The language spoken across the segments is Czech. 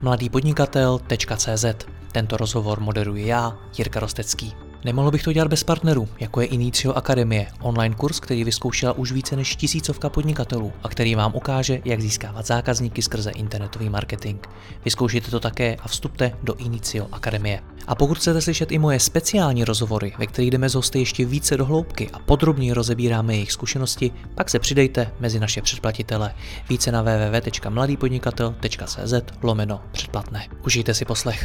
mladýpodnikatel.cz. Tento rozhovor moderuji já, Jirka Rostecký. Nemohl bych to dělat bez partnerů, jako je Inicio Akademie, online kurz, který vyzkoušela už více než 1000 podnikatelů a který vám ukáže, jak získávat zákazníky skrze internetový marketing. Vyzkoušejte to také a vstupte do Inicio Akademie. A pokud chcete slyšet i moje speciální rozhovory, ve kterých jdeme s hosty ještě více do hloubky a podrobněji rozebíráme jejich zkušenosti, pak se přidejte mezi naše předplatitele. Více na www.mladýpodnikatel.cz/předplatné. Užijte si poslech.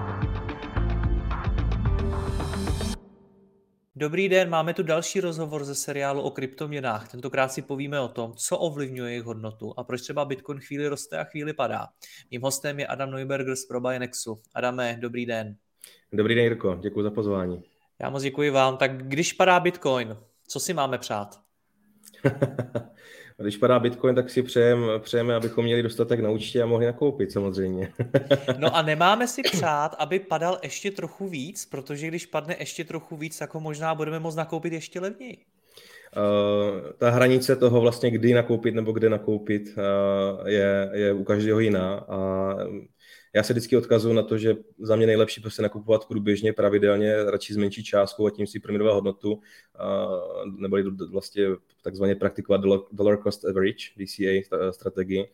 Dobrý den, máme tu další rozhovor ze seriálu o kryptoměnách. Tentokrát si povíme o tom, co ovlivňuje jejich hodnotu a proč třeba Bitcoin chvíli roste a chvíli padá. Mým hostem je Adam Neuberger z Probinexu. Adame, dobrý den. Dobrý den, Jirko, děkuji za pozvání. Já moc děkuji vám. Tak když padá Bitcoin, co si máme přát? Když padá Bitcoin, tak si přejeme, abychom měli dostatek na účtě a mohli nakoupit samozřejmě. No a nemáme si přát, aby padal ještě trochu víc, protože když padne ještě trochu víc, tak ho možná budeme moct nakoupit ještě levněji. Ta hranice toho vlastně, kdy nakoupit nebo kde nakoupit, je u každého jiná. A já se vždycky odkazuju na to, že za mě nejlepší prostě nakupovat průběžně, pravidelně, radši s menší částkou a tím si prominoval hodnotu, neboli vlastně takzvaně praktikovat dollar cost average, DCA strategii.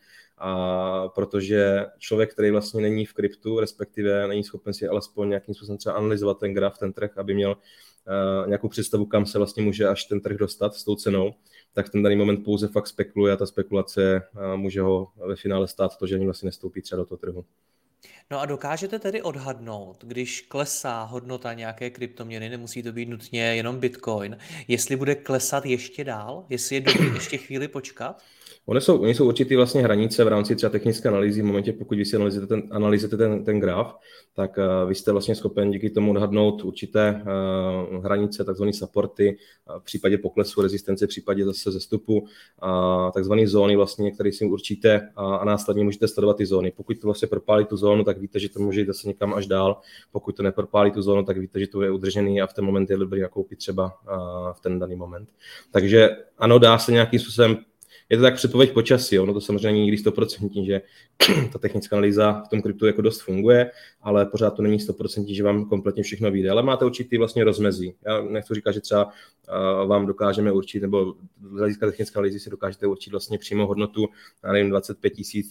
A protože člověk, který vlastně není v kryptu, respektive není schopen si alespoň nějakým způsobem třeba analyzovat ten graf, ten trh, aby měl nějakou představu, kam se vlastně může až ten trh dostat s tou cenou, tak v ten daný moment pouze fakt spekuluje a ta spekulace může ho ve finále stát to, že ani vlastně nestoupí třeba do toho trhu. No a dokážete tedy odhadnout, když klesá hodnota nějaké kryptoměny, nemusí to být nutně jenom Bitcoin, jestli bude klesat ještě dál, jestli je dobré ještě chvíli počkat? Oni jsou určitý vlastně hranice v rámci třeba technické analýzy. V momentě, pokud vy si analyzujete ten graf, tak vy jste vlastně schopen díky tomu odhadnout určité hranice, takzvané supporty, v případě poklesu, rezistence, v případě zase zestupu, takzvané zóny vlastně, které si určíte a následně můžete sledovat ty zóny. Pokud to vlastně propálí tu zónu, tak víte, že to může jít zase někam až dál. Pokud to nepropálí tu zónu, tak víte, že to je udržený a v ten moment je dobrý nakoupit třeba v ten daný moment. Takže ano, dá se nějakým způsobem. Je to tak předpověď počasí, ono to samozřejmě není nikdy 100%, že ta technická analýza v tom kryptu jako dost funguje, ale pořád to není 100%, že vám kompletně všechno vyjde, ale máte určitý vlastně rozmezí. Já nechci říkat, že třeba vám dokážeme určit, nebo z hlediska technické analýzy si dokážete určit vlastně přímo hodnotu, já nevím, 25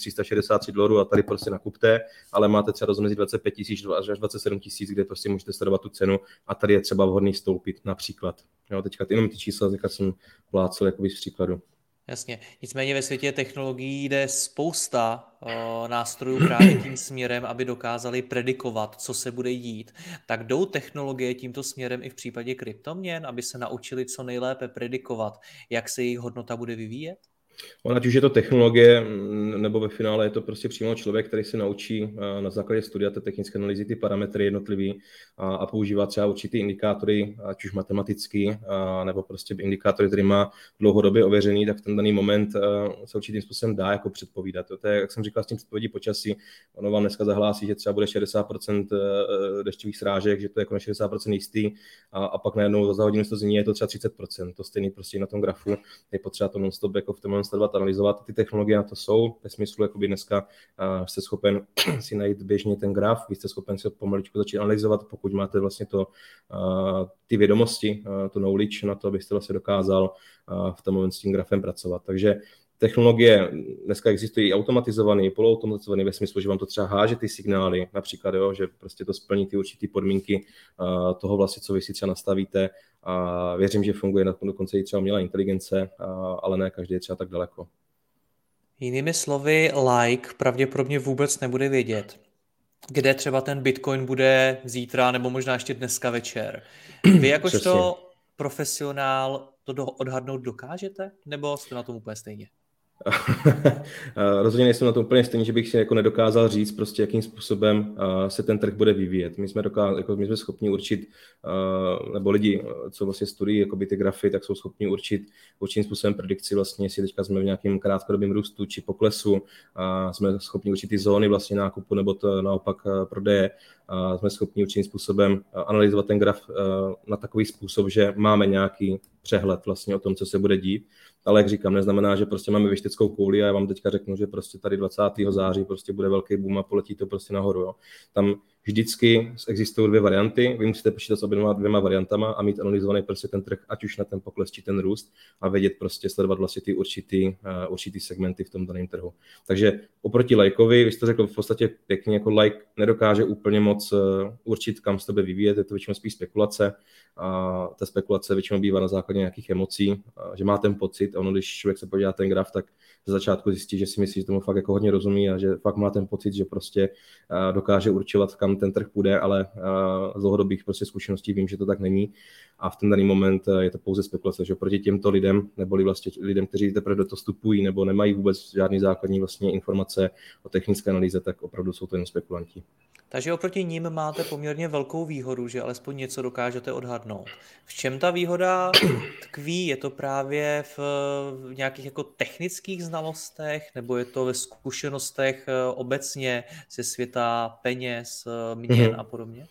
363 dolarů a tady prostě nakupte, ale máte třeba rozmezí 25 000 až 27 000, kde prostě můžete sledovat tu cenu a tady je třeba vhodný stoupit například. Jo, teďka jenom ty čísla, jsem plácel jakoby z příkladu. Jasně. Nicméně ve světě technologií jde spousta nástrojů právě tím směrem, aby dokázali predikovat, co se bude dít. Tak jdou technologie tímto směrem i v případě kryptoměn, aby se naučili co nejlépe predikovat, jak se jejich hodnota bude vyvíjet? Ať už je to technologie, nebo ve finále je to prostě přímo člověk, který se naučí na základě studia té technické analýzy ty parametry jednotlivý a používá třeba určitý indikátory, ať už matematický, nebo prostě indikátory, který má dlouhodobě ověřený, tak v ten daný moment se určitým způsobem dá jako předpovídat. To je, jak jsem říkal, s tím předpovědí počasí, ono vám dneska zahlásí, že třeba bude 60% dešťových srážek, že to je jako na 60% jistý a pak najednou za hodinu to zní, je to třeba 30%. To stejný prostě na tom grafu je potřeba to non-stop jako v tom sledovat, analyzovat. Ty technologie na to jsou, ve smyslu, jakoby dneska jste schopen si najít běžně ten graf, vy jste schopen si pomaličku začít analyzovat, pokud máte vlastně ty vědomosti, to knowledge na to, abyste vlastně dokázal v tom moment s tím grafem pracovat. Takže technologie dneska existují automatizované, poloautomatizované ve smyslu, že vám to třeba háže ty signály, například, jo, že prostě to splní ty určitý podmínky toho vlastně, co vy si třeba nastavíte. A věřím, že funguje dokonce i třeba umělá inteligence, ale ne každý je třeba tak daleko. Jinými slovy, like pravděpodobně vůbec nebude vědět, kde třeba ten Bitcoin bude zítra nebo možná ještě dneska večer. Vy jakožto profesionál to odhadnout dokážete, nebo jste na tom úplně stejně? Rozhodně nejsem na tom úplně stejný, že bych si jako nedokázal říct, prostě, jakým způsobem se ten trh bude vyvíjet. My jsme schopni určit, nebo lidi, co vlastně studují jakoby ty grafy, tak jsou schopni určit určitým způsobem predikci, vlastně, jestli teďka jsme v nějakém krátkodobém růstu či poklesu, jsme schopni určit ty zóny vlastně nákupu nebo to naopak prodeje. Jsme schopni určitým způsobem analyzovat ten graf na takový způsob, že máme nějaký přehled vlastně o tom, co se bude dít. ale jak říkám, neznamená, že prostě máme věšteckou kouli a já vám teďka řeknu, že prostě tady 20. září prostě bude velký boom a poletí to prostě nahoru. Jo. Tam vždycky existují dvě varianty, vy musíte počítat s oběma dvěma variantama a mít analyzovaný prostě ten trh, ať už na ten pokles či ten růst a vědět prostě sledovat vlastně ty určitý segmenty v tom daném trhu. Takže oproti lajkovi, vy jste řekl v podstatě pěkně, jako like nedokáže úplně moc určit, kam se to bude vyvíjet, je to většinou spíš spekulace a ta spekulace většinou bývá na základě nějakých emocí, že má ten pocit a ono, když člověk se podívá ten graf, tak ze začátku zjistí, že si myslí, že tomu fakt jako hodně rozumí a že fakt má ten pocit, že prostě dokáže určovat, kam ten trh půjde, ale z dlouhodobých prostě zkušeností vím, že to tak není a v ten daný moment je to pouze spekulace, že proti těmto lidem, neboli vlastně lidem, kteří teprve do toho vstupují nebo nemají vůbec žádný základní vlastně informace o technické analýze, tak opravdu jsou to jen spekulanti. Takže oproti ním máte poměrně velkou výhodu, že alespoň něco dokážete odhadnout. V čem ta výhoda tkví? Je to právě v nějakých jako technických znalostech, nebo je to ve zkušenostech obecně ze světa peněz, měn a podobně?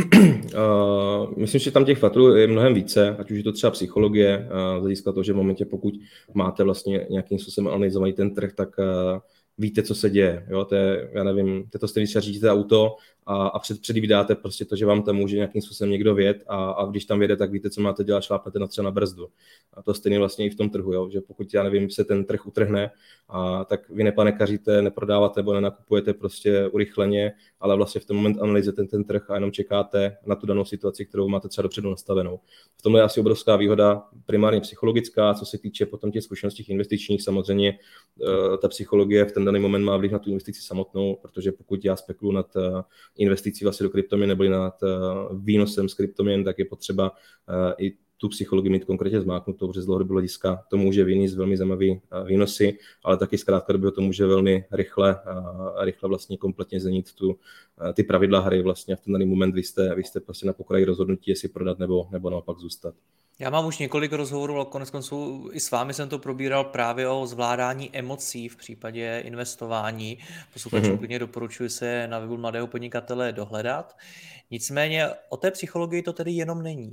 Myslím, že tam těch faktorů je mnohem více, ať už je to třeba psychologie, z hlediska toho, že v momentě, pokud máte vlastně nějakým způsobem analyzovaný ten trh, tak víte, co se děje. Jo? To je, já nevím, to stejně, když řídíte auto a předvídáte prostě to, že vám tam může nějakým způsobem někdo vjet a když tam jede, tak víte, co máte dělat, šlápnete třeba na brzdu. A to stejně vlastně i v tom trhu, jo? Že pokud, já nevím, se ten trh utrhne, tak vy nepanikaříte, neprodáváte nebo nenakupujete prostě urychleně, ale vlastně v ten moment analyzujete ten trh a jenom čekáte na tu danou situaci, kterou máte třeba dopředu nastavenou. V tomhle je asi obrovská výhoda, primárně psychologická, co se týče potom těch zkušeností investičních, samozřejmě ta psychologie v ten daný moment má vliv na tu investici samotnou, protože pokud já spekuluji nad investicí vlastně do kryptoměn nebo nad výnosem z kryptoměn, tak je potřeba i tu psychologii mít konkrétně zmáknutou, protože z dlouhodobého hlediska to může vynést velmi zajímavý výnosy, ale taky zkrátka dobře to může velmi rychle vlastně kompletně změnit ty pravidla hry vlastně a v ten daný moment vy jste prostě na pokraji rozhodnutí, jestli prodat nebo naopak zůstat. Já mám už několik rozhovorů, ale koneckonců i s vámi jsem to probíral právě o zvládání emocí v případě investování. Posluchačům klidně doporučuji se na webu Mladého podnikatele dohledat. Nicméně o té psychologii to tedy jenom není.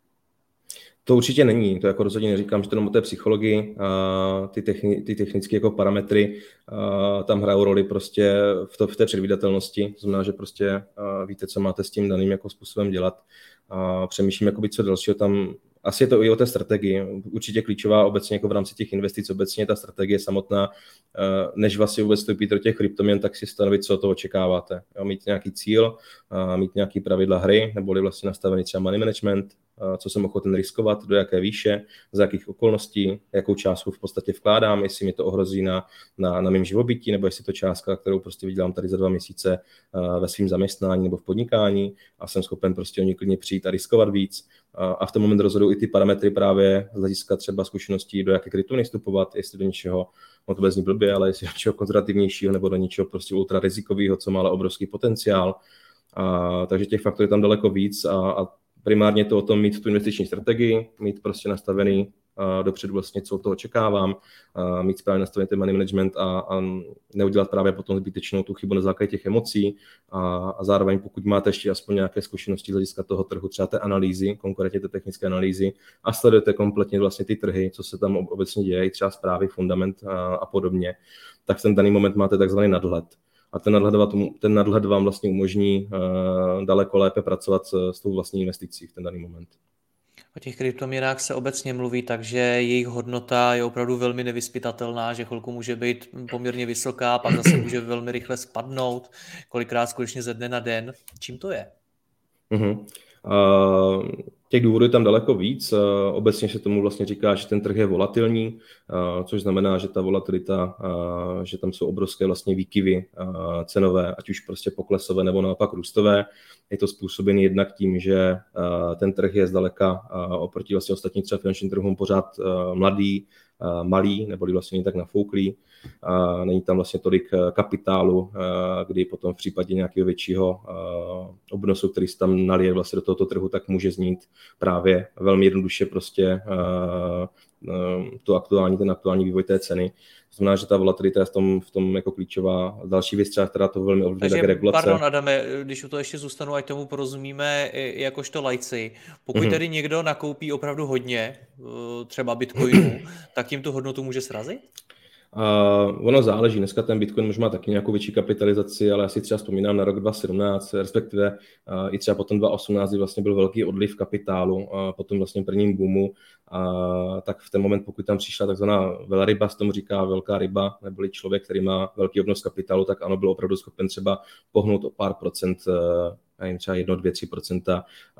To určitě není, to jako rozhodně neříkám, že to jenom o té psychologii, ty technické jako parametry tam hrajou roli prostě v té předvídatelnosti, znamená, že prostě víte, co máte s tím daným jako způsobem dělat. Přemýšlím, jakoby, co dalšího tam. Asi je to i o té strategii. Určitě klíčová obecně jako v rámci těch investic, obecně ta strategie samotná, než vlastně vůbec vstoupíte do těch kryptoměn, tak si stanovit, co to očekáváte. Jo, mít nějaký cíl, mít nějaký pravidla hry, neboli vlastně nastavený třeba money management, co jsem ochoten riskovat, do jaké výše, za jakých okolností, jakou částku v podstatě vkládám, jestli mi to ohrozí na mém živobytí, nebo jestli to částka, kterou prostě vydělám tady za 2 měsíce ve svém zaměstnání nebo v podnikání a jsem schopen prostě o ní klidně přijít a riskovat víc. A v ten moment rozhodují i ty parametry právě z hlediska třeba zkušeností, do jaké kryptoměny vstupovat, jestli do něčeho, to bez ní blbě, ale jestli do něčeho konzervativnějšího nebo do něčeho prostě ultra rizikového, co má ale obrovský potenciál. Takže těch faktorů je tam daleko víc a primárně to o tom mít tu investiční strategii, mít prostě nastavený dopředu vlastně, co od toho očekávám, mít správně nastavený ten money management a neudělat právě potom zbytečnou tu chybu na základě těch emocí a zároveň pokud máte ještě aspoň nějaké zkušenosti z hlediska toho trhu, třeba té analýzy, konkrétně té technické analýzy a sledujete kompletně vlastně ty trhy, co se tam obecně děje, třeba zprávy, fundament a podobně, tak v ten daný moment máte takzvaný nadhled. A ten nadhled vám vlastně umožní daleko lépe pracovat s tou vlastní investicí v ten daný moment. O těch kryptoměnách se obecně mluví, takže jejich hodnota je opravdu velmi nevyzpytatelná, že chvilku může být poměrně vysoká, pak zase může velmi rychle spadnout, kolikrát skutečně ze dne na den. Čím to je? Těch důvodů je tam daleko víc. Obecně se tomu vlastně říká, že ten trh je volatilní, což znamená, že ta volatilita, že tam jsou obrovské vlastně výkyvy cenové, ať už prostě poklesové nebo naopak růstové. Je to způsobený jednak tím, že ten trh je zdaleka oproti vlastně ostatním třeba finančním trhům pořád mladý, malý, neboli vlastně tak nafouklý. Není tam vlastně tolik kapitálu, kdy potom v případě nějakého většího obnosu, který se tam nalije vlastně do tohoto trhu, tak může znít právě velmi jednoduše prostě ten aktuální vývoj té ceny. To znamená, že ta volatilita je v tom jako klíčová. Další věc, třeba, která to velmi ovlivňuje, tak je regulace. Pardon, Adame, když u toho ještě zůstanu, ať tomu porozumíme jakožto lajci. Pokud tady někdo nakoupí opravdu hodně, třeba bitcoinů, tak tím tu hodnotu může srazit? Ono záleží, dneska ten Bitcoin možná má taky nějakou větší kapitalizaci, ale já si třeba vzpomínám na rok 2017, respektive i třeba potom 2018, kdy vlastně byl velký odliv kapitálu, po tom vlastně prvním boomu, tak v ten moment, pokud tam přišla takzvaná velryba, z tomu říká velká ryba, neboli člověk, který má velký obnos kapitálu, tak ano, byl opravdu schopen třeba pohnout o pár procent, třeba 1, 2, 3%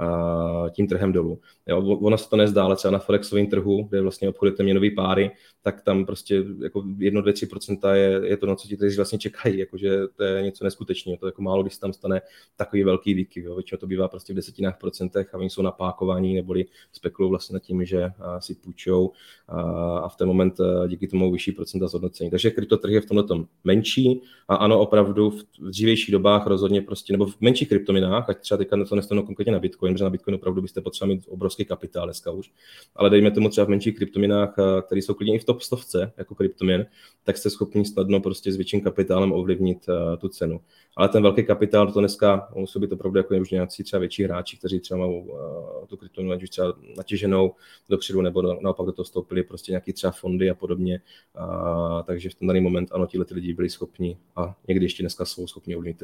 tím trhem dolů. Jo, ono se to nezdá, ale třeba na forexovém trhu, kde vlastně obchodujete měnové páry, tak tam prostě jako 1, 2, 3% je to, na co ti tady vlastně čekají, jakože to je něco neskutečného, to jako málo, když se tam stane takový velký výkyv, jo. Většinou to bývá prostě v desetinách procentech a oni jsou napákovaní neboli spekulují vlastně nad tím, že si půjčou a v ten moment díky tomu vyšší procenta zhodnocení. Takže kryptotrh je v tomhle menší a ano, opravdu v dřívějších dobách rozhodně prostě, nebo v menších kryptoměnách, ať třeba teďka to nestanu konkrétně na Bitcoin, protože na Bitcoin opravdu byste potřebovali mít obrovský kapitál dneska už, ale dejme tomu třeba v menších kryptoměnách, které jsou klidně i v top 100 jako kryptoměn, tak jste schopni snadno prostě s větším kapitálem ovlivnit tu cenu. Ale ten velký kapitál, to dneska musí být opravdu jako už nějací třeba větší hráči, kteří třeba mají tu kryptoměnu už třeba natěženou dopředu, nebo naopak do toho vstoupili prostě nějaký třeba fondy a podobně. Takže v ten daný moment ano, ty lidi byli schopni a někdy ještě dneska jsou schopni ovlivnit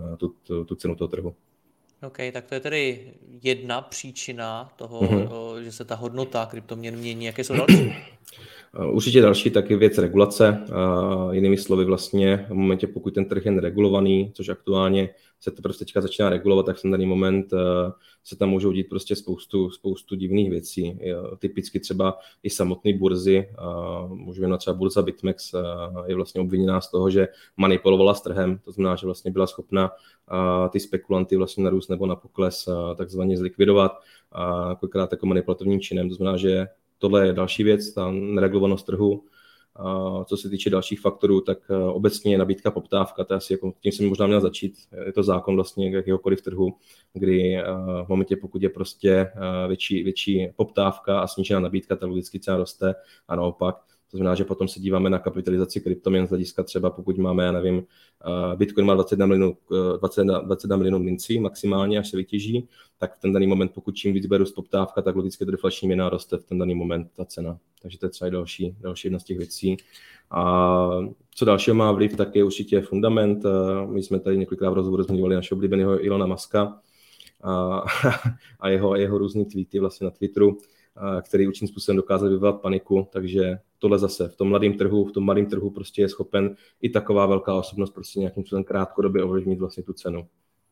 tu cenu toho trhu. OK, tak to je tedy jedna příčina toho, že se ta hodnota kryptoměn mění. Jaké jsou další? Určitě další taky věc regulace. Jinými slovy vlastně v momentě, pokud ten trh je neregulovaný, což aktuálně se to prostě teďka začíná regulovat, tak v ten daný moment se tam můžou dít prostě spoustu divných věcí. Typicky třeba i samotné burzy, můžeme třeba burza BitMEX je vlastně obviněná z toho, že manipulovala s trhem, to znamená, že vlastně byla schopna ty spekulanty vlastně na růst nebo na pokles takzvaně zlikvidovat, kolikrát jako manipulativním činem, to znamená, že tohle je další věc, ta neregulovanost trhu. Co se týče dalších faktorů, tak obecně je nabídka, poptávka, to asi jako, tím jsem možná měl začít. Je to zákon vlastně jakéhokoliv trhu, kdy v momentě, pokud je prostě větší poptávka a snížená nabídka, tak logicky cena roste a naopak. To znamená, že potom se díváme na kapitalizaci kryptoměn z hlediska třeba, pokud máme, já nevím, Bitcoin má 21 milionů mincí maximálně, až se vytěží, tak v ten daný moment, pokud čím víc bude růst poptávka, tak logicky to deflační měna roste v ten daný moment ta cena. Takže to je třeba další jedna z těch věcí. A co dalšího má vliv, tak je určitě fundament. My jsme tady několikrát v rozhovoru zmiňovali našeho oblíbeného Ilona Muska a jeho různý tweety vlastně na Twitteru, který určitým způsobem dokázal vyvolat paniku, takže tohle zase v tom mladém trhu prostě je schopen i taková velká osobnost prostě nějakým způsobem krátkodobě ovlivnit vlastně tu cenu.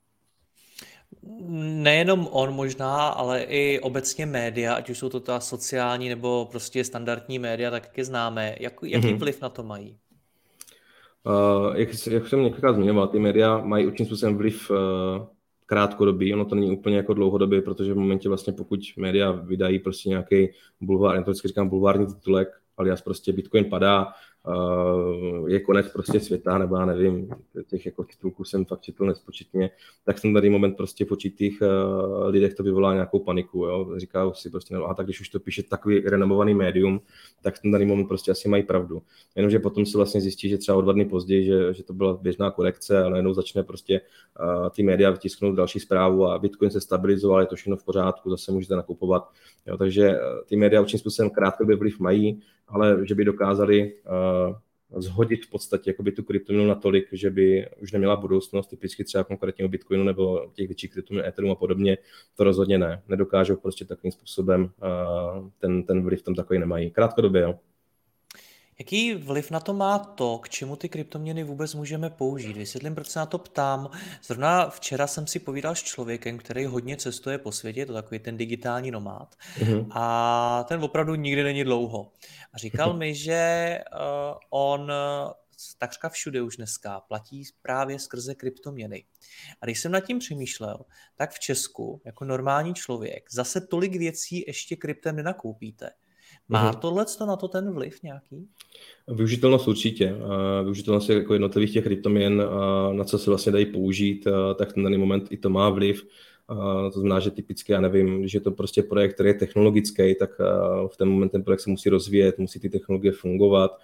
Nejenom on možná, ale i obecně média, ať už jsou to ta sociální nebo prostě standardní média, tak jak je známe. Jaký vliv na to mají? Jak jsem několikrát zmiňoval, ty média mají určitým způsobem vliv krátkodobý, ono to není úplně jako dlouhodobý, protože v momentě vlastně pokud média vydají prostě nějaký bulvární titulek, alias prostě Bitcoin padá, je konec prostě světa, nebo já nevím, těch jako titulků jsem fakt četl nespočetně, tak jsem tady moment prostě v určitých lidech to vyvolá nějakou paniku, jo? Říkají si prostě, no, tak když už to píše takový renomovaný médium, tak ten daný moment prostě asi mají pravdu. Jenomže potom se vlastně zjistí, že třeba o 2 dny později, že to byla běžná korekce, ale jenom začne prostě ty média vytisknout další zprávu a Bitcoin se stabilizoval, je to všechno v pořádku, zase můžete nakupovat. Jo? Takže ty média určitým způsobem krátkodobý vliv mají, ale že by dokázali zhodit v podstatě jakoby tu kryptoměnu natolik, že by už neměla budoucnost, typicky třeba konkrétního Bitcoinu nebo těch větších kryptoměn Ethereum a podobně, to rozhodně ne. Nedokážou prostě takovým způsobem, ten vliv tam takový nemají. Krátkodobě, jo. Jaký vliv na to má to, k čemu ty kryptoměny vůbec můžeme použít? Vysvětlím, proč se na to ptám. Zrovna včera jsem si povídal s člověkem, který hodně cestuje po světě, je to takový ten digitální nomád, a ten opravdu nikdy není dlouho. A říkal mi, že on takřka všude už dneska platí právě skrze kryptoměny. A když jsem nad tím přemýšlel, tak v Česku jako normální člověk zase tolik věcí ještě kryptem nenakoupíte. Má tohleto na to ten vliv nějaký? Využitelnost určitě. Využitelnost jako jednotlivých těch kryptoměn, na co se vlastně dají použít, tak v ten daný moment i to má vliv. To znamená, že typicky, já nevím, když je to prostě projekt, který je technologický, tak v ten moment ten projekt se musí rozvíjet, musí ty technologie fungovat,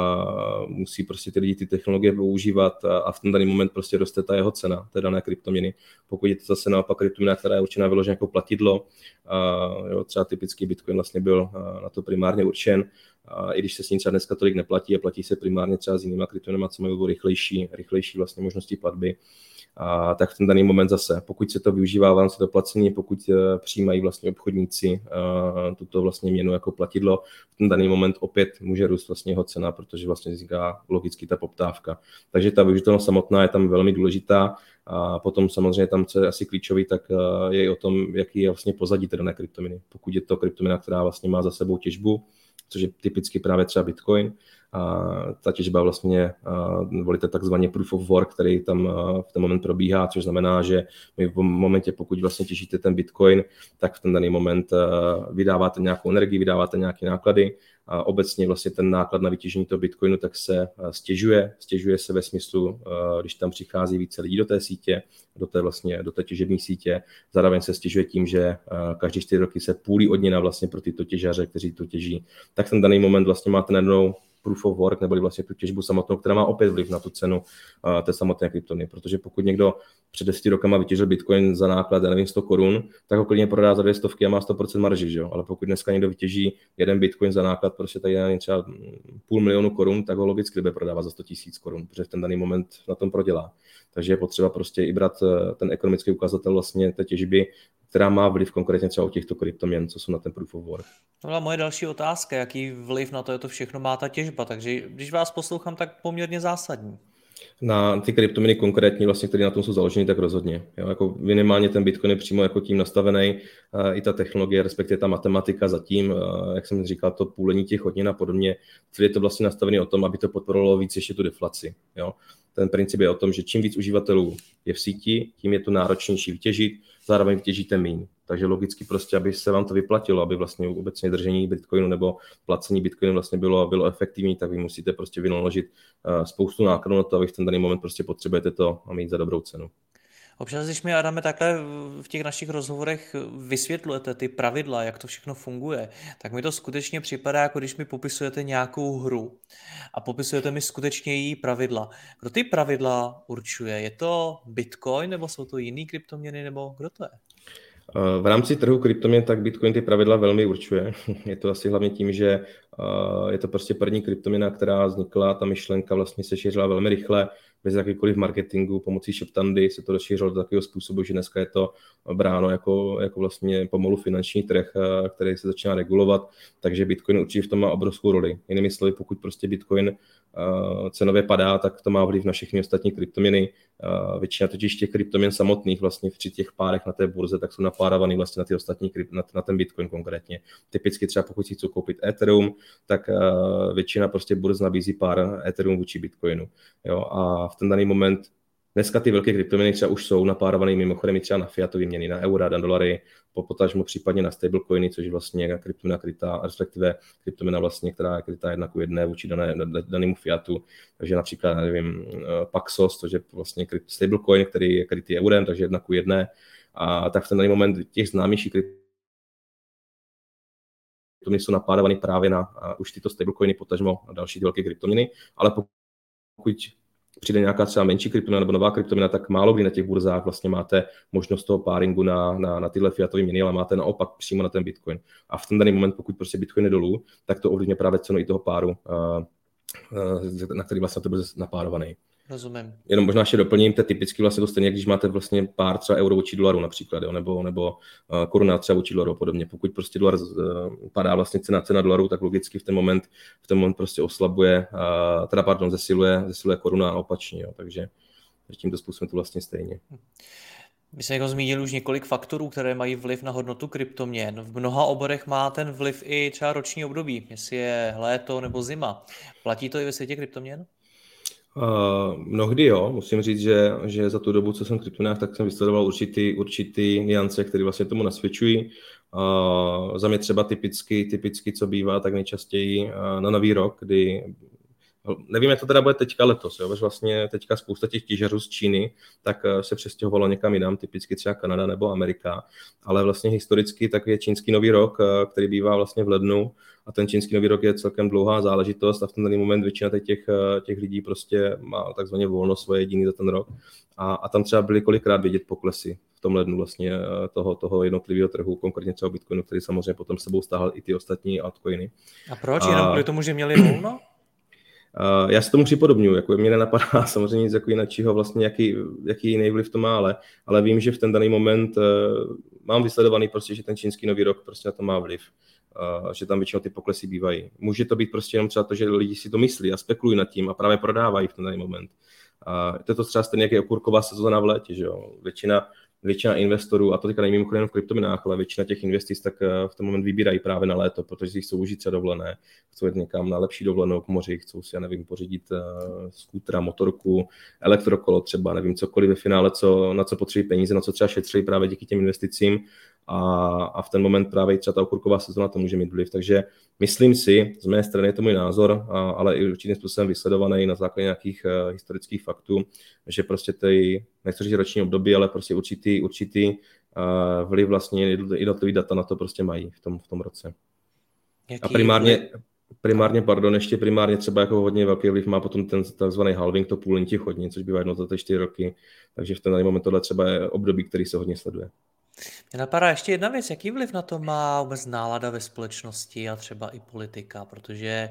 musí prostě ty lidi ty technologie používat a v ten daný moment prostě roste ta jeho cena, té dané kryptoměny. Pokud je to zase naopak kryptoměna, která je určená vyloženě jako platidlo, jo, třeba typický Bitcoin vlastně byl na to primárně určen, i když se s ním třeba dneska tolik neplatí a platí se primárně třeba s jinýma kryptoměnami, co mají rychlejší vlastně možnosti platby, tak v ten daný moment zase, pokud se to využívá v rámci to placení, pokud přijímají vlastně obchodníci tuto vlastně měnu jako platidlo, v ten daný moment opět může růst vlastně jeho cena, protože vlastně vzniká logicky ta poptávka. Takže ta využitelnost samotná je tam velmi důležitá. A potom samozřejmě tam, co je asi klíčový, tak je i o tom, jaký je vlastně pozadí té dané kryptominy. Pokud je to kryptomina, která vlastně má za sebou těžbu, což je typicky právě třeba Bitcoin, a ta těžba vlastně volíte takzvaný proof of work, který tam v ten moment probíhá, což znamená, že my v momentě, pokud vlastně těžíte ten Bitcoin, tak v ten daný moment vydáváte nějakou energii, vydáváte nějaké náklady a obecně vlastně ten náklad na vytěžení toho Bitcoinu tak se stěžuje se ve smyslu, když tam přichází více lidí do té sítě, do té těžební sítě, zároveň se stěžuje tím, že každý 4 roky se půlí odměna vlastně pro tyto těžaře, kteří to těží, tak v ten daný moment vlastně máte najednou proof of work, neboli vlastně tu těžbu samotnou, která má opět vliv na tu cenu té samotné kryptony. Protože pokud někdo před 10 rokama vytěžil Bitcoin za náklad, já nevím, 100 korun, tak ho klidně prodá za 200 a má 100% marži, že jo? Ale pokud dneska někdo vytěží jeden Bitcoin za náklad, prostě tady je třeba 500 000 korun, tak ho logicky bude prodávat za 100 000 korun, protože v ten daný moment na tom prodělá. Takže je potřeba prostě i brát ten ekonomický ukazatel vlastně té těžby, která má vliv konkrétně třeba u těchto kryptoměn, co jsou na ten proof of work. To byla moje další otázka, jaký vliv na to všechno má ta těžba, takže když vás poslouchám, tak poměrně zásadní. Na ty kryptoměny konkrétní, vlastně, které na tom jsou založeny, tak rozhodně. Jo, jako minimálně ten Bitcoin je přímo jako tím nastavený, i ta technologie, respektive ta matematika zatím, jak jsem říkal, to půlení těch odměn a podobně, celé je to vlastně nastavené o tom, aby to podporovalo víc ještě tu deflaci. Jo. Ten princip je o tom, že čím víc uživatelů je v síti, tím je to náročnější vytěžit, zároveň vytěžíte míň. Takže logicky prostě, aby se vám to vyplatilo, aby vlastně obecně držení Bitcoinu nebo placení Bitcoinu vlastně bylo efektivní, tak vy musíte prostě vynaložit spoustu nákladů na to, aby v ten daný moment prostě potřebujete to mít za dobrou cenu. Občas, když mi, Adame, takhle v těch našich rozhovorech vysvětlujete ty pravidla, jak to všechno funguje, tak mi to skutečně připadá, jako když mi popisujete nějakou hru a popisujete mi skutečně její pravidla. Kdo ty pravidla určuje? Je to Bitcoin, nebo jsou to jiný kryptoměny, nebo kdo to je? V rámci trhu kryptoměn tak Bitcoin ty pravidla velmi určuje. Je to asi hlavně tím, že je to prostě první kryptoměna, která vznikla, ta myšlenka vlastně se šířila velmi rychle, bez jakýkoliv marketingu, pomocí šeptandy se to rozšířilo do takového způsobu, že dneska je to bráno jako vlastně pomalu finanční trh, který se začíná regulovat, takže Bitcoin určitě v tom má obrovskou roli. Jinými slovy, pokud prostě Bitcoin cenově padá, tak to má vliv na všechny ostatní kryptoměny. Většina totiž těch kryptoměn samotných vlastně při těch párech na té burze, tak jsou napárovaný vlastně na ty ostatní, na ten Bitcoin konkrétně. Typicky třeba pokud si chcou koupit Ethereum, tak většina prostě burz nabízí pár Ethereum vůči Bitcoinu. Jo, a v ten daný moment dneska ty velké kryptoměny třeba už jsou napárované mimochodem i třeba na fiatové měny, na eura, na dolary, potažmo případně na stablecoiny, což je vlastně kryptoměna krytá, respektive kryptoměna vlastně, která je krytá 1:1 vůči danému fiatu. Takže například, nevím, Paxos, což je vlastně stablecoin, který je krytý eurem, takže 1:1. A tak v ten daný moment těch známějších kryptoměn jsou napádávány právě na už tyto stablecoiny, potažmo další velké kryptoměny, ale pokud přijde nějaká třeba menší kryptoměna nebo nová kryptoměna, tak málo kdy na těch burzách vlastně máte možnost toho páringu na tyhle fiatové měny, ale máte naopak přímo na ten Bitcoin. A v ten daný moment, pokud prostě Bitcoin je dolů, tak to ovlivňuje právě cenu i toho páru, na který vlastně to bude napárovaný. Rozumím. Jenom možná ještě doplním, to je typicky vlastně to stejně, když máte vlastně pár třeba euro vůči dolaru například, jo, nebo koruna třeba vůči dolaru a podobně. Pokud prostě dolar padá vlastně cena dolaru, tak logicky v ten moment prostě oslabuje, zesiluje koruna a opačně, jo, takže tímto způsobem to vlastně stejně. My jsme jako zmínili už několik faktorů, které mají vliv na hodnotu kryptoměn. V mnoha oborech má ten vliv i třeba roční období, jestli je léto nebo zima. Platí to i ve světě kryptoměn? Mnohdy jo, musím říct, že za tu dobu, co jsem v kryptoměnách, tak jsem vysledoval určitý niance, které vlastně tomu nasvědčují. Za mě třeba typicky, co bývá tak nejčastěji na Nový rok, kdy Nevím, jak to teda bude teďka letos, jo? Vlastně teďka spousta těch těžařů z Číny tak se přestěhovalo někam jinam, typicky třeba Kanada nebo Amerika, ale vlastně historicky tak je čínský nový rok, který bývá vlastně v lednu, a ten čínský nový rok je celkem dlouhá záležitost a v ten daný moment většina těch lidí prostě má takzvaně volno svoje jediný za ten rok a tam třeba byly kolikrát vidět poklesy v tom lednu vlastně toho jednotlivého trhu, konkrétně třeba Bitcoinu, který samozřejmě potom s sebou stáhl i ty ostatní altcoiny. A proč? Jenom kvůli tomu, že měli volno? Já se tomu připodobňuji, jako mě nenapadá samozřejmě nic jako jiného, vlastně jaký jiný vliv to má, ale vím, že v ten daný moment mám vysledovaný prostě, že ten čínský nový rok prostě na to má vliv, že tam většinou ty poklesy bývají. Může to být prostě jenom třeba to, že lidi si to myslí a spekulují nad tím a právě prodávají v ten daný moment. To je to třeba stejně, jak je okurková sezóna v létě, že jo. Většina investorů, a to teďka nejmím v kryptoměnách, ale většina těch investic tak v ten moment vybírají právě na léto, protože si chcou užít třeba dovolené, chcou jít někam na lepší dovolenou k moři, chcou si, já nevím, pořídit skútra, motorku, elektrokolo třeba, nevím, cokoliv ve finále, na co potřebují peníze, na co třeba šetří právě díky těm investicím a v ten moment právě třeba ta okurková sezóna to může mít vliv. Takže myslím si, z mé strany je to můj názor, ale i určitým způsobem vysledovaný na základě nějakých historických faktů, že prostě nechci říct roční období, ale prostě určitý vliv vlastně jednotlivý data na to prostě mají v tom roce. A primárně třeba jako hodně velký vliv má potom ten takzvaný halving, to půlení těch hodin, což bývá jedno za 4 roky, takže v ten moment tohle třeba je období, který se hodně sleduje. Mě napadá ještě jedna věc, jaký vliv na to má vůbec nálada ve společnosti a třeba i politika, protože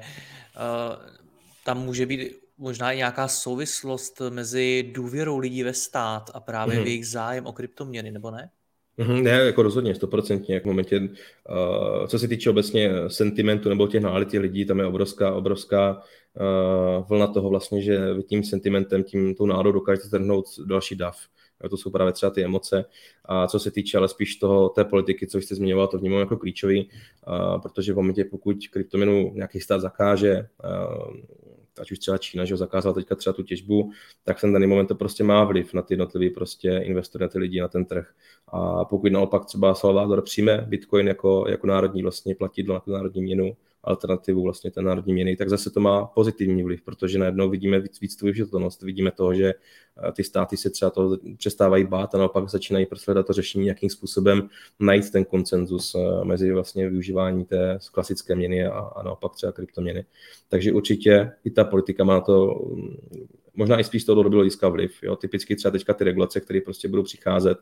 tam může být možná i nějaká souvislost mezi důvěrou lidí ve stát a právě v jejich zájem o kryptoměny, nebo ne? Ne, jako rozhodně, 100%. Jak v momentě, co se týče obecně sentimentu nebo těch nálad těch lidí, tam je obrovská vlna toho vlastně, že vy tím sentimentem, tou náladou dokážete trhnout další dav. To jsou právě třeba ty emoce. A co se týče ale spíš té politiky, co jste zmiňoval, to vnímám jako klíčový, protože v momentě, pokud kryptoměnu nějaký stát zakáže, ať už třeba Čína, že ho zakázala teďka třeba tu těžbu, tak v ten daný moment to prostě má vliv na ty jednotlivý prostě investory, na ty lidi, na ten trh. A pokud naopak třeba Salvador přijme Bitcoin jako národní vlastně platidlo, jako národní měnu, alternativu vlastně té národní měny, tak zase to má pozitivní vliv, protože najednou vidíme víc tu vyvžitelnost, vidíme toho, že ty státy se třeba toho přestávají bát a naopak začínají hledat to řešení, jakým způsobem najít ten konsenzus mezi vlastně využívání té klasické měny a naopak třeba kryptoměny. Takže určitě i ta politika má na to možná i spíš z toho dlouhodobého hlediska vliv. Jo? Typicky třeba teďka ty regulace, které prostě budou přicházet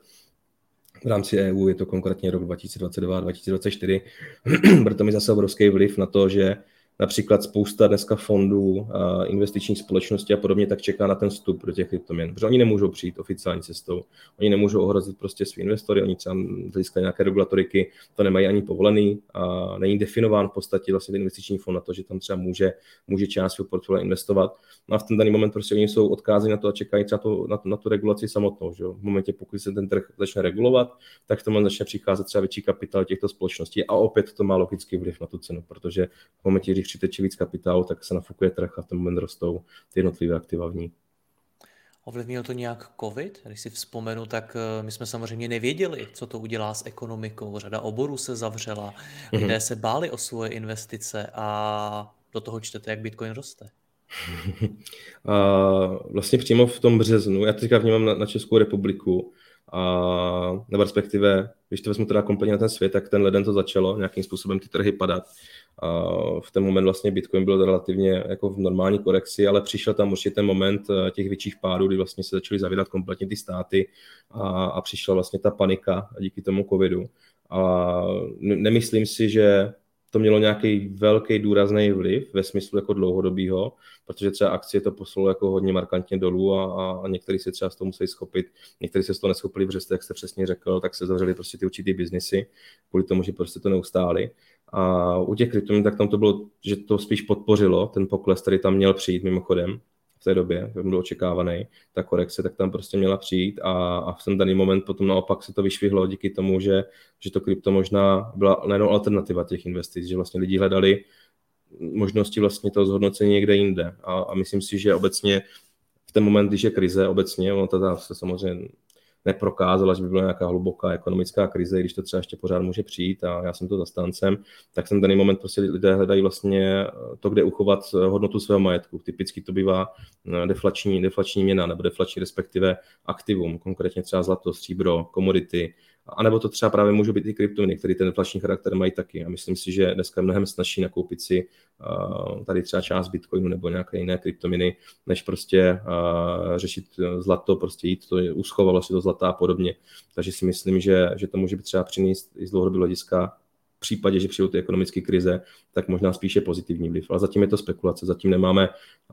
v rámci EU, je to konkrétně rok 2022 a 2024, proto mi zase obrovský vliv na to, že například spousta dneska fondů, investičních společností a podobně tak čeká na ten vstup do těch kryptoměn, protože oni nemůžou přijít oficiální cestou, oni nemůžou ohrozit prostě svý investory, oni třeba z hlediska nějaké regulatoriky to nemají ani povolený a není definován v podstatě vlastně ten investiční fond na to, že tam třeba může část svého portfolia investovat. No a v ten daný moment prostě oni jsou odkázáni na to a čekají třeba na tu regulaci samotnou. Že? V momentě, pokud se ten trh začne regulovat, tak v tom začne přicházet třeba větší kapitál těchto společností a opět to má logický vliv na tu cenu, protože v momentě, když přiteče víc kapitálu, tak se nafukuje trh a v ten moment rostou ty jednotlivé aktiva v ní. Ovlivnilo to nějak COVID? Když si vzpomenu, tak my jsme samozřejmě nevěděli, co to udělá s ekonomikou. Řada oborů se zavřela, lidé se báli o svoje investice a do toho čtete, jak Bitcoin roste. Vlastně přímo v tom březnu, já teďka vnímám na Českou republiku, nebo respektive, když to vezmu teda kompletně na ten svět, tak ten leden to začalo nějakým způsobem ty trhy padat. V ten moment vlastně Bitcoin byl relativně jako v normální korekci, ale přišel tam určitě ten moment těch větších pádů, kdy vlastně se začaly zavírat kompletně ty státy a přišla vlastně ta panika díky tomu covidu. A nemyslím si, že to mělo nějaký velký důrazný vliv ve smyslu jako dlouhodobýho, protože třeba akcie to posunulo jako hodně markantně dolů a někteří se třeba z toho museli schopit, někteří se z toho neschopili, protože jak jste přesně řekl, tak se zavřeli prostě ty určitý biznisy, kvůli tomu, že prostě to neustáli. A u těch kryptoměn tak tam to bylo, že to spíš podpořilo ten pokles, který tam měl přijít mimochodem v té době, jak byl očekávaný, ta korekce, tak tam prostě měla přijít a v ten daný moment potom naopak se to vyšvihlo díky tomu, že to krypto možná byla najednou alternativa těch investic, že vlastně lidi hledali možnosti vlastně toho zhodnocení někde jinde a myslím si, že obecně v ten moment, když je krize obecně, ono teda se samozřejmě neprokázala, že by byla nějaká hluboká ekonomická krize, když to třeba ještě pořád může přijít a já jsem to zastáncem, tak v ten daný moment prostě lidé hledají vlastně to, kde uchovat hodnotu svého majetku. Typicky to bývá deflační měna nebo deflační respektive aktivum, konkrétně třeba zlato, stříbro, komodity, anebo to třeba právě můžou být i kryptoměny, které ten inflační charakter mají taky. A myslím si, že dneska je mnohem snazší nakoupit si tady třeba část Bitcoinu nebo nějaké jiné kryptoměny, než prostě řešit zlato, prostě jít to uschovat vlastně do zlata a podobně. Takže si myslím, že to může být třeba přinést i z dlouhodobého hlediska v případě, že přijdou ty ekonomické krize, tak možná spíše pozitivní vliv. Ale zatím je to spekulace, zatím nemáme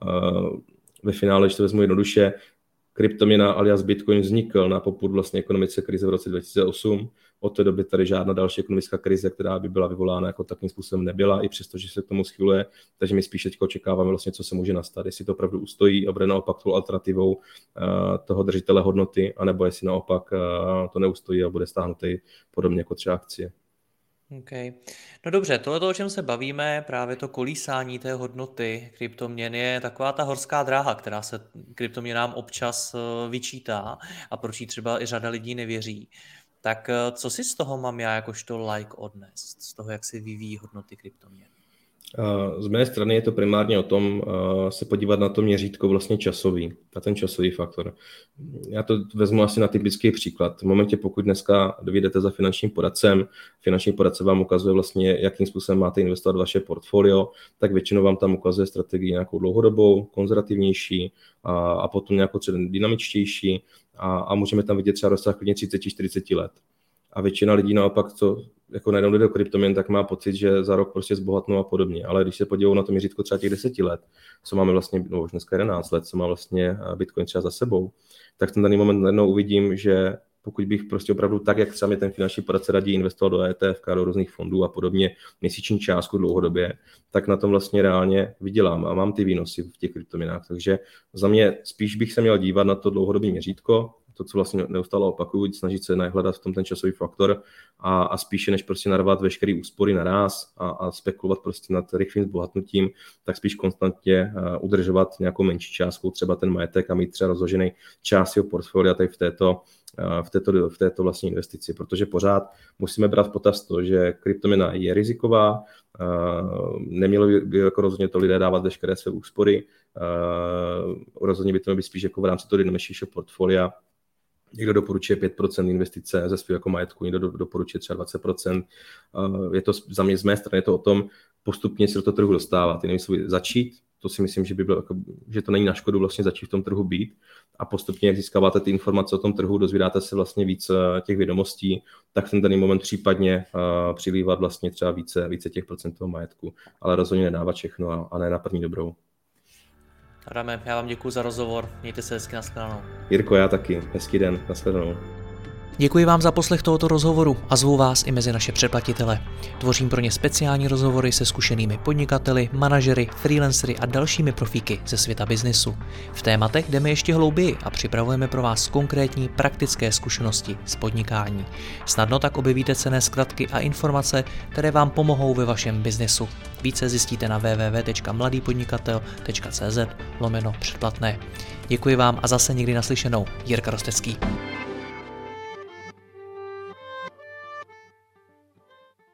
ve finále, když to vezmu jednoduše, kryptoměna alias Bitcoin vznikl na popud vlastně ekonomické krize v roce 2008. Od té doby tady žádná další ekonomická krize, která by byla vyvolána jako takým způsobem nebyla, i přesto, že se k tomu schyluje. Takže my spíš teď očekáváme vlastně, co se může nastat. Jestli to opravdu ustojí a bude naopak tou alternativou toho držitele hodnoty, anebo jestli naopak to neustojí a bude stáhnutý podobně jako třeba akcie. Okay. No dobře, tohle, o čem se bavíme, právě to kolísání té hodnoty kryptoměn je taková ta horská dráha, která se kryptoměnám občas vyčítá a proč jí třeba i řada lidí nevěří. Tak co si z toho mám já jakožto like odnést, z toho, jak se vyvíjí hodnoty kryptoměn? Z mé strany je to primárně o tom se podívat na to měřítko vlastně časový, na ten časový faktor. Já to vezmu asi na typický příklad. V momentě, pokud dneska vyjdete za finančním poradcem, finanční poradce vám ukazuje vlastně, jakým způsobem máte investovat vaše portfolio, tak většinou vám tam ukazuje strategii nějakou dlouhodobou, konzervativnější a potom nějakou třeba dynamičtější a můžeme tam vidět třeba rozsah klidně 30-40 let. A většina lidí naopak, co jako najednou jde do kryptoměn, tak má pocit, že za rok prostě zbohatnou a podobně. Ale když se podívou na to měřítko třeba těch 10 let, co máme vlastně, no už dneska 11 let, co má vlastně Bitcoin třeba za sebou, tak v ten daný moment najednou uvidím, že pokud bych prostě opravdu tak, jak třeba mě ten finanční poradce radí, investoval do ETF, do různých fondů a podobně, měsíční částku dlouhodobě, tak na tom vlastně reálně vydělám a mám ty výnosy v těch kryptoměnách. Takže za mě spíš bych se měl dívat na to dlouhodobé měřítko, to, co vlastně neustále opakuju, snažit se najhledat v tom ten časový faktor a spíše než prostě narvat veškeré úspory naráz a spekulovat prostě nad rychlým zbohatnutím, tak spíš konstantně udržovat nějakou menší částku, třeba ten majetek a mít třeba rozložený část jeho portfolia tady v této vlastní investici, protože pořád musíme brát v potaz to, že kryptoměna je riziková, nemělo by jako rozhodně to lidé dávat veškeré své úspory, rozhodně by to mělo být spíš jako v rámci toho dynamičtějšího portfolia. Někdo doporučuje 5% investice ze svého jako majetku, někdo doporučuje třeba 20%. Je to za mě z mé strany je to o tom postupně se do toho trhu dostávat. Nevím, začít, to si myslím, že by bylo, že to není na škodu vlastně začít v tom trhu být a postupně, jak získáváte ty informace o tom trhu, dozvídáte se vlastně víc těch vědomostí, tak v ten daný moment případně přilívat vlastně třeba více těch procent toho majetku, ale rozhodně nedávat všechno a ne na první dobrou. Adame, já vám děkuji za rozhovor, mějte se hezky, nashledanou. Jirko, já taky, hezký den, nashledanou. Děkuji vám za poslech tohoto rozhovoru a zvu vás i mezi naše předplatitele. Tvořím pro ně speciální rozhovory se zkušenými podnikateli, manažery, freelancery a dalšími profíky ze světa biznisu. V tématech jdeme ještě hlouběji a připravujeme pro vás konkrétní praktické zkušenosti z podnikání. Snadno tak objevíte cenné zkratky a informace, které vám pomohou ve vašem biznesu. Více zjistíte na www.mladýpodnikatel.cz/předplatné. Děkuji vám a zase někdy naslyšenou. Jirka Rostecký.